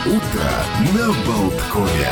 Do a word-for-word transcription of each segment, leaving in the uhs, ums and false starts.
Утро на Болткове.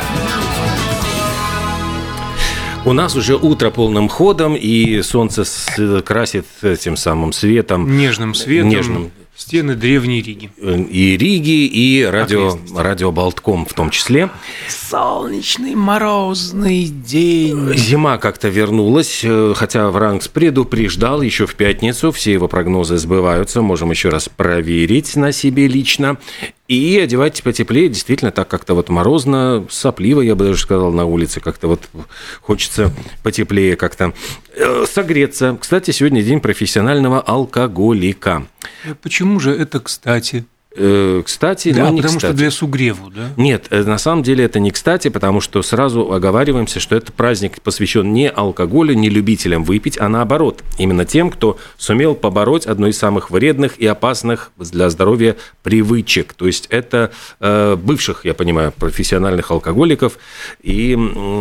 У нас уже утро полным ходом, и солнце красит тем самым светом. Нежным светом. Нежным. Стены древней Риги. И Риги, и радио, радио Болтком в том числе. Солнечный морозный день. Зима как-то вернулась, хотя Вранкс предупреждал еще в пятницу. Все его прогнозы сбываются. Можем еще раз проверить на себе лично. И одевайте потеплее. Действительно, так как-то вот морозно, сопливо, я бы даже сказал, на улице. Как-то вот хочется потеплее как-то согреться. Кстати, сегодня день профессионального алкоголика. Почему же это кстати? Кстати, да, но не потому кстати. что для сугреву, да? Нет, на самом деле это не кстати, потому что сразу оговариваемся, что этот праздник посвящен не алкоголю, не любителям выпить, а наоборот, именно тем, кто сумел побороть одну из самых вредных и опасных для здоровья привычек. То есть это э, бывших, я понимаю, профессиональных алкоголиков. И, э,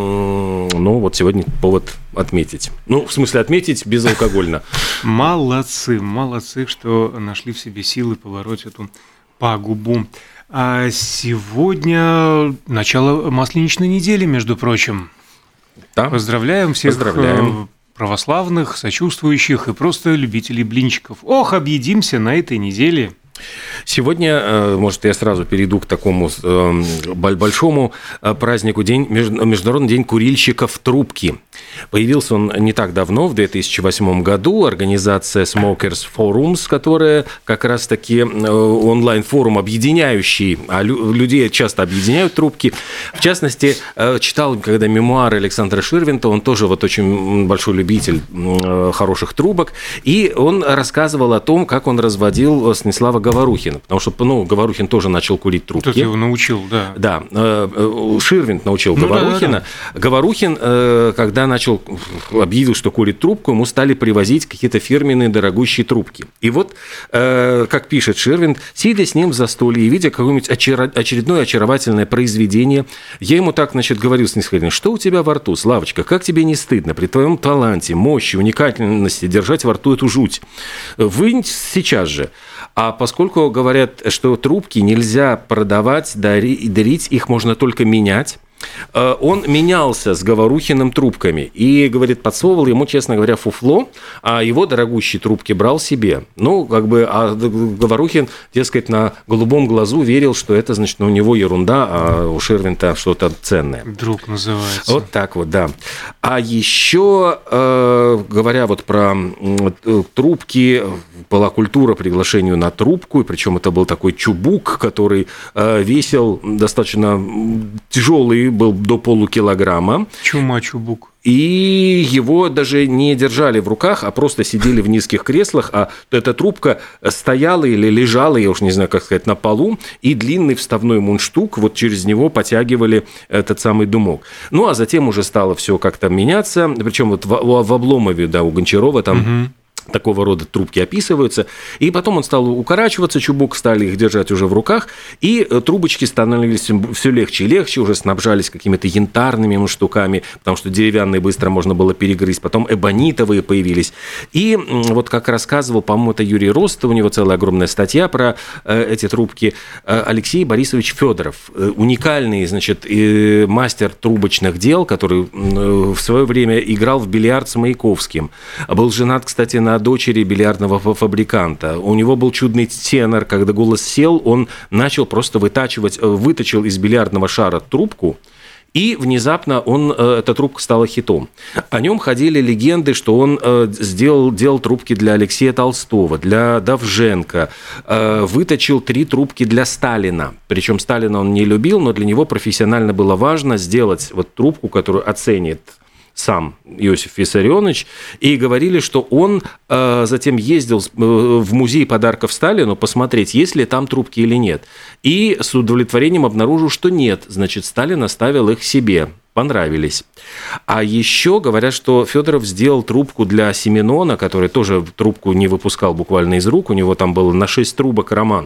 ну, вот сегодня повод отметить. Ну, в смысле, отметить безалкогольно. Молодцы, молодцы, что нашли в себе силы побороть эту пагубу. А сегодня начало Масленичной недели, между прочим. Да. Поздравляем всех Поздравляем. православных, сочувствующих и просто любителей блинчиков. Ох, объедимся на этой неделе. Сегодня, может, я сразу перейду к такому большому празднику, день, Международный день курильщиков трубки. Появился он не так давно, в две тысячи восьмом году. Организация Smokers Forums, которая как раз-таки онлайн-форум объединяющий, а людей часто объединяют трубки. В частности, читал, когда мемуары Александра Ширвинта, он тоже вот очень большой любитель хороших трубок, и он рассказывал о том, как он разводил Станислава Говорухина, потому что, ну, Говорухин тоже начал курить трубки. Кто-то его научил, да. Да, Ширвинт научил ну, Говорухина. Да, да, да. Говорухин, когда начал, объявил, что курит трубку, ему стали привозить какие-то фирменные дорогущие трубки. И вот, как пишет Ширвинт, сидя с ним в застолье и видя какое-нибудь очередное очаровательное произведение, я ему так, значит, говорил снисходительно: что у тебя во рту, Славочка, как тебе не стыдно при твоем таланте, мощи, уникальности держать во рту эту жуть? Вынь сейчас же. А поскольку говорят, что трубки нельзя продавать, дарить, их можно только менять, он менялся с Говорухиным трубками и, говорит, подсовывал ему, честно говоря, фуфло, а его дорогущие трубки брал себе. Ну, как бы, а Говорухин, дескать, на голубом глазу верил, что это, значит, у него ерунда, а у Ширвинта что-то ценное. Друг называется. Вот так вот, да. А еще, говоря вот про трубки, была культура приглашению на трубку, и причем это был такой чубук, который весил достаточно тяжелый, был до полукилограмма. Чума-чубук. И его даже не держали в руках, а просто сидели в низких креслах, а эта трубка стояла или лежала, я уж не знаю, как сказать, на полу, и длинный вставной мундштук, вот через него потягивали этот самый дымок. Ну, а затем уже стало все как-то меняться, причем вот в, в Обломове, да, у Гончарова там... Угу. Такого рода трубки описываются. И потом он стал укорачиваться, чубук, стали их держать уже в руках, и трубочки становились все легче и легче, уже снабжались какими-то янтарными штуками, потому что деревянные быстро можно было перегрызть, потом эбонитовые появились. И вот как рассказывал, по-моему, это Юрий Рост, у него целая огромная статья про эти трубки, Алексей Борисович Федоров, уникальный, значит, мастер трубочных дел, который в свое время играл в бильярд с Маяковским, был женат, кстати, на дочери бильярдного фабриканта. У него был чудный тенор, когда голос сел, он начал просто вытачивать, выточил из бильярдного шара трубку, и внезапно он, эта трубка стала хитом. О нем ходили легенды, что он сделал, делал трубки для Алексея Толстого, для Довженко, выточил три трубки для Сталина. Причем Сталина он не любил, но для него профессионально было важно сделать вот трубку, которую оценит сам Иосиф Виссарионович, и говорили, что он э, затем ездил в музей подарков Сталину посмотреть, есть ли там трубки или нет. И с удовлетворением обнаружил, что нет. Значит, Сталин оставил их себе. Понравились. А еще говорят, что Федоров сделал трубку для Сименона, который тоже трубку не выпускал буквально из рук. У него там был на шесть трубок роман.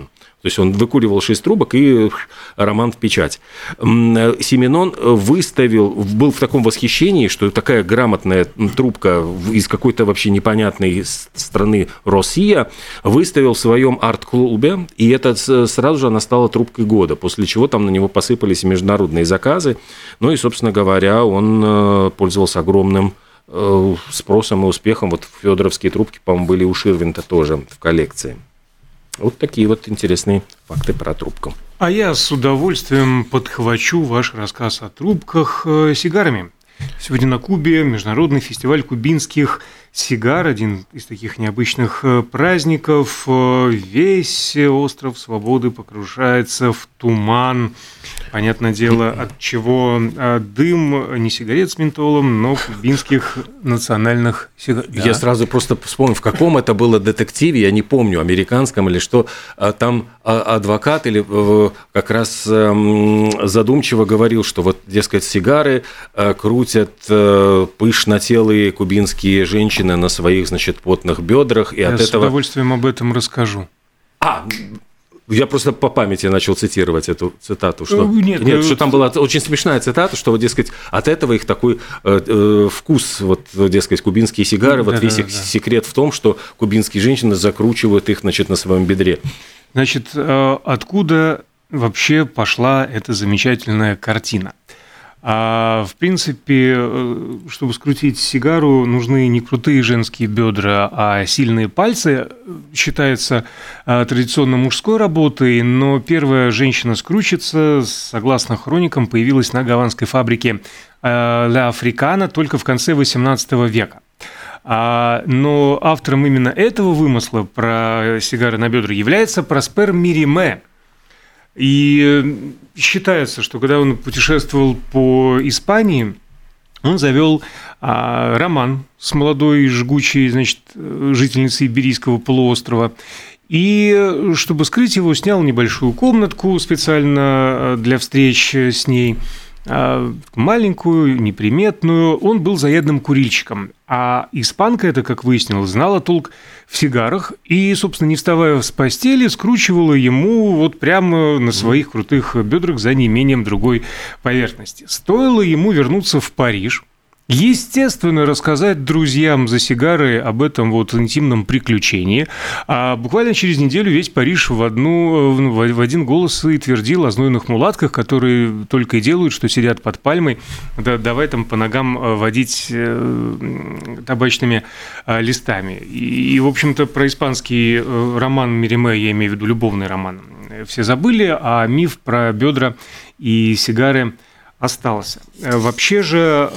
То есть он выкуривал шесть трубок и роман в печать. Сименон выставил, был в таком восхищении, что такая грамотная трубка из какой-то вообще непонятной страны Россия выставил в своем арт-клубе, и это сразу же она стала трубкой года, после чего там на него посыпались международные заказы. Ну и, собственно говоря, он пользовался огромным спросом и успехом. Вот федоровские трубки, по-моему, были у Ширвинта тоже в коллекции. Вот такие вот интересные факты про трубку. А я с удовольствием подхвачу ваш рассказ о трубках сигарами. Сегодня на Кубе международный фестиваль кубинских сигар, один из таких необычных праздников. Весь остров Свободы погружается в туман. Понятное дело, от чего дым не сигарет с ментолом, но кубинских национальных сигар. Я да. сразу просто вспомнил, в каком это было детективе, я не помню, американском или что, там адвокат или как раз задумчиво говорил, что вот, дескать, сигары крутят пышнотелые кубинские женщины на своих, значит, потных бедрах. И я от с этого... удовольствием об этом расскажу. А, я просто по памяти начал цитировать эту цитату, что, нет, нет, что там была очень смешная цитата, что, вот, дескать, от этого их такой э, э, вкус, вот, дескать, кубинские сигары, да, вот весь да, их да. секрет в том, что кубинские женщины закручивают их, значит, на своем бедре. Значит, э, откуда вообще пошла эта замечательная картина? А, в принципе, чтобы скрутить сигару, нужны не крутые женские бедра, а сильные пальцы. Считается традиционно мужской работой, но первая женщина-скрутчица, согласно хроникам, появилась на гаванской фабрике «Ля Африкана» только в конце восемнадцатого века. Но автором именно этого вымысла про сигары на бедра является Проспер Мириме. И считается, что когда он путешествовал по Испании, он завел а, роман с молодой жгучей, значит, жительницей Иберийского полуострова. И чтобы скрыть его, снял небольшую комнатку специально для встреч с ней, маленькую, неприметную. Он был заядлым курильщиком. А испанка эта, как выяснилось, знала толк в сигарах и, собственно, не вставая с постели, скручивала ему вот прямо на своих крутых бедрах за неимением другой поверхности. Стоило ему вернуться в Париж, естественно, рассказать друзьям за сигары об этом вот интимном приключении, а буквально через неделю весь Париж в, одну, в один голос и твердил о знойных мулатках, которые только и делают, что сидят под пальмой, да, давай там по ногам водить табачными листами. И, в общем-то, про испанский роман Мириме, я имею в виду любовный роман, все забыли, а миф про бедра и сигары остался. Вообще же,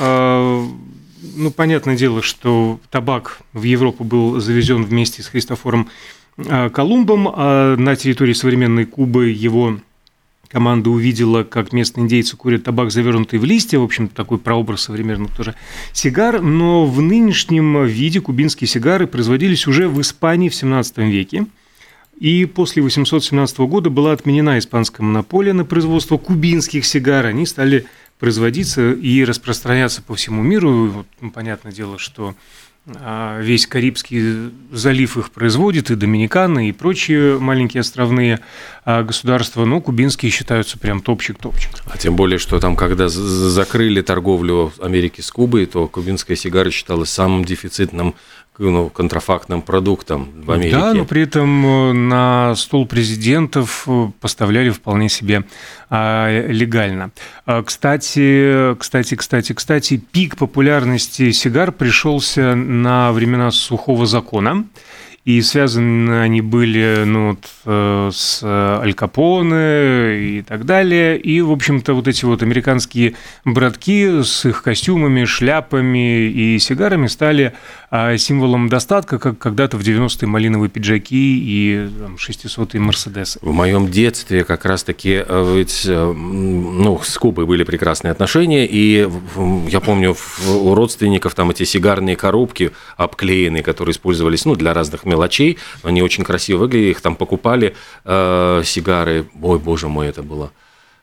ну, понятное дело, что табак в Европу был завезен вместе с Христофором Колумбом, а на территории современной Кубы его команда увидела, как местные индейцы курят табак, завернутый в листья, в общем-то, такой прообраз современных тоже сигар, но в нынешнем виде кубинские сигары производились уже в Испании в семнадцатом веке. И после восемьсот семнадцатого года была отменена испанская монополия на производство кубинских сигар. Они стали производиться и распространяться по всему миру. Вот, ну, понятное дело, что весь Карибский залив их производит, и Доминикана, и прочие маленькие островные государства, но кубинские считаются прям топчик-топчик. А тем более, что там, когда закрыли торговлю Америки с Кубой, то кубинская сигара считалась самым дефицитным, ну, контрафактным продуктом в Америке. Да, но при этом на стол президентов поставляли вполне себе легально. Кстати, кстати, кстати, кстати, пик популярности сигар пришелся на времена сухого закона. И связаны они были, ну, вот, с Аль Капоне и так далее. И, в общем-то, вот эти вот американские братки с их костюмами, шляпами и сигарами стали символом достатка, как когда-то в девяностые малиновые пиджаки и там, шестисотые Мерседесы. В моем детстве как раз-таки ведь, ну, с Кубой были прекрасные отношения, и я помню, у родственников там эти сигарные коробки обклеенные, которые использовались, ну, для разных мелочей, они очень красиво выглядели, их там покупали, э, сигары, ой, боже мой, это было...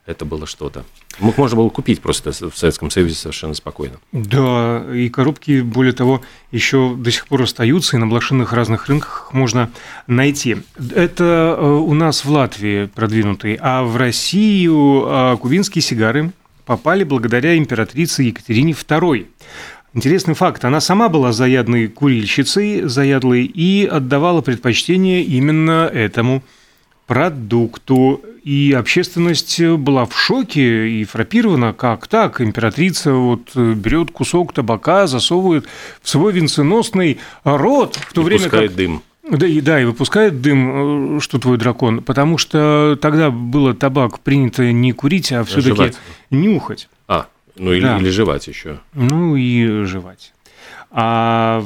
это было что-то. Можно было купить просто в Советском Союзе совершенно спокойно. Да, и коробки, более того, еще до сих пор остаются, и на блошиных разных рынках можно найти. Это у нас в Латвии продвинутые, а в Россию кубинские сигары попали благодаря императрице Екатерине второй. Интересный факт, она сама была заядлой курильщицей, заядлой, и отдавала предпочтение именно этому продукту. И общественность была в шоке и фрапирована, как так, императрица вот берет кусок табака, засовывает в свой венценосный рот, в то и время пускает как... дым. Да, и, да, и выпускает дым, что твой дракон, потому что тогда было табак принято не курить, а все-таки нюхать. А, ну или, да. или жевать еще. Ну и жевать. А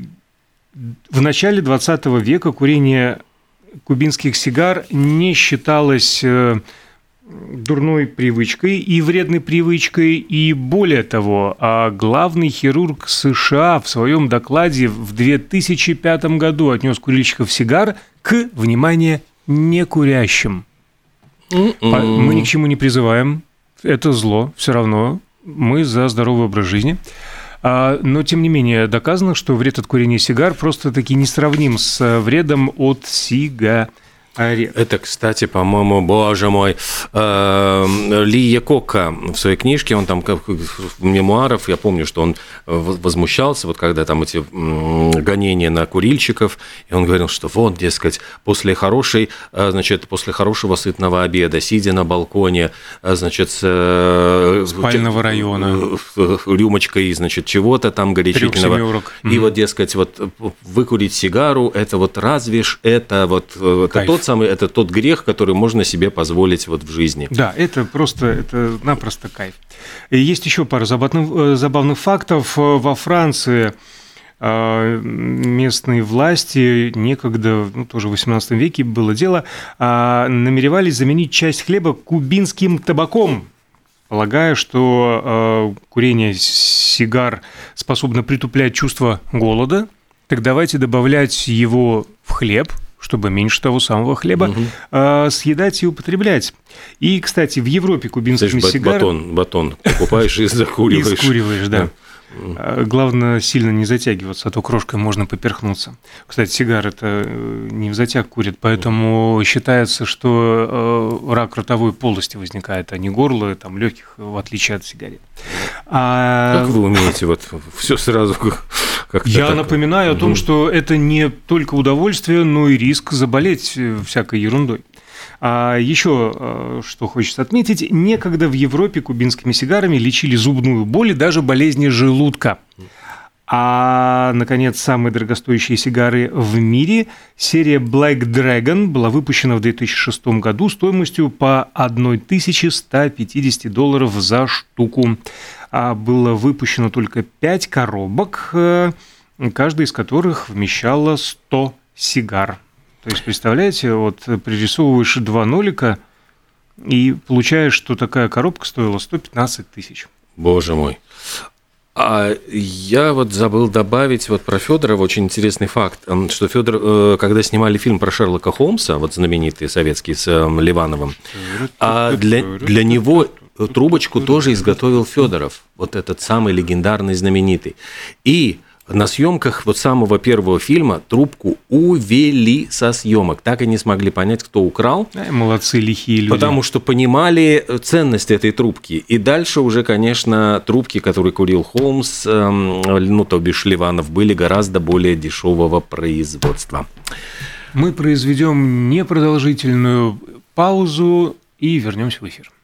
в начале двадцатого века курение кубинских сигар не считалось дурной привычкой и вредной привычкой, и более того, главный хирург США в своем докладе в две тысячи пятом году отнес курильщиков сигар к, внимание, некурящим. Mm-mm. Мы ни к чему не призываем, это зло, все равно мы за здоровый образ жизни. Но, тем не менее, доказано, что вред от курения сигар просто-таки несравним с вредом от сигарет. Это, кстати, по-моему, боже мой, Ли Якока в своей книжке, он там в мемуарах, я помню, что он возмущался, вот когда там эти гонения на курильщиков, и он говорил, что вот, дескать, после хорошей, значит, после хорошего сытного обеда, сидя на балконе, значит, с спального района, рюмочкой, значит, чего-то там горячительного, и mm-hmm. вот, дескать, вот выкурить сигару, это вот разве ж это вот это тот самый, это тот грех, который можно себе позволить вот в жизни. Да, это просто, это напросто кайф. И есть еще пара забавных, забавных фактов. Во Франции местные власти некогда, ну, тоже в восемнадцатом веке было дело, намеревались заменить часть хлеба кубинским табаком, полагая, что курение сигар способно притуплять чувство голода. Так давайте добавлять его в хлеб, чтобы меньше того самого хлеба угу. э, съедать и употреблять. И, кстати, в Европе кубинскими Слышь, сигарами... Батон, батон покупаешь и закуриваешь. И скуриваешь, да. Главное, сильно не затягиваться, а то крошкой можно поперхнуться. Кстати, сигары это не в затяг курят, поэтому считается, что рак ротовой полости возникает, а не горла, там, легких, в отличие от сигарет. А... Как вы умеете вот все сразу как-то Я так... напоминаю угу. о том, что это не только удовольствие, но и риск заболеть всякой ерундой. А еще, что хочется отметить, некогда в Европе кубинскими сигарами лечили зубную боль и даже болезни желудка. А, наконец, самые дорогостоящие сигары в мире, серия Black Dragon, была выпущена в две тысячи шестом году стоимостью по тысяча сто пятьдесят долларов за штуку. А было выпущено только пять коробок, каждая из которых вмещала сто сигар. То есть, представляете, вот пририсовываешь два нолика и получаешь, что такая коробка стоила сто пятнадцать тысяч. Боже мой. А я вот забыл добавить вот про Федорова очень интересный факт, что Федор, когда снимали фильм про Шерлока Холмса, вот знаменитый советский с Ливановым, а для, для него трубочку тоже изготовил Федоров, вот этот самый легендарный, знаменитый. И на съемках вот самого первого фильма трубку увели со съемок. Так и не смогли понять, кто украл. Молодцы, лихие люди. Потому что понимали ценность этой трубки. И дальше уже, конечно, трубки, которые курил Холмс, ну, то бишь Ливанов, были гораздо более дешевого производства. Мы произведем непродолжительную паузу и вернемся в эфир.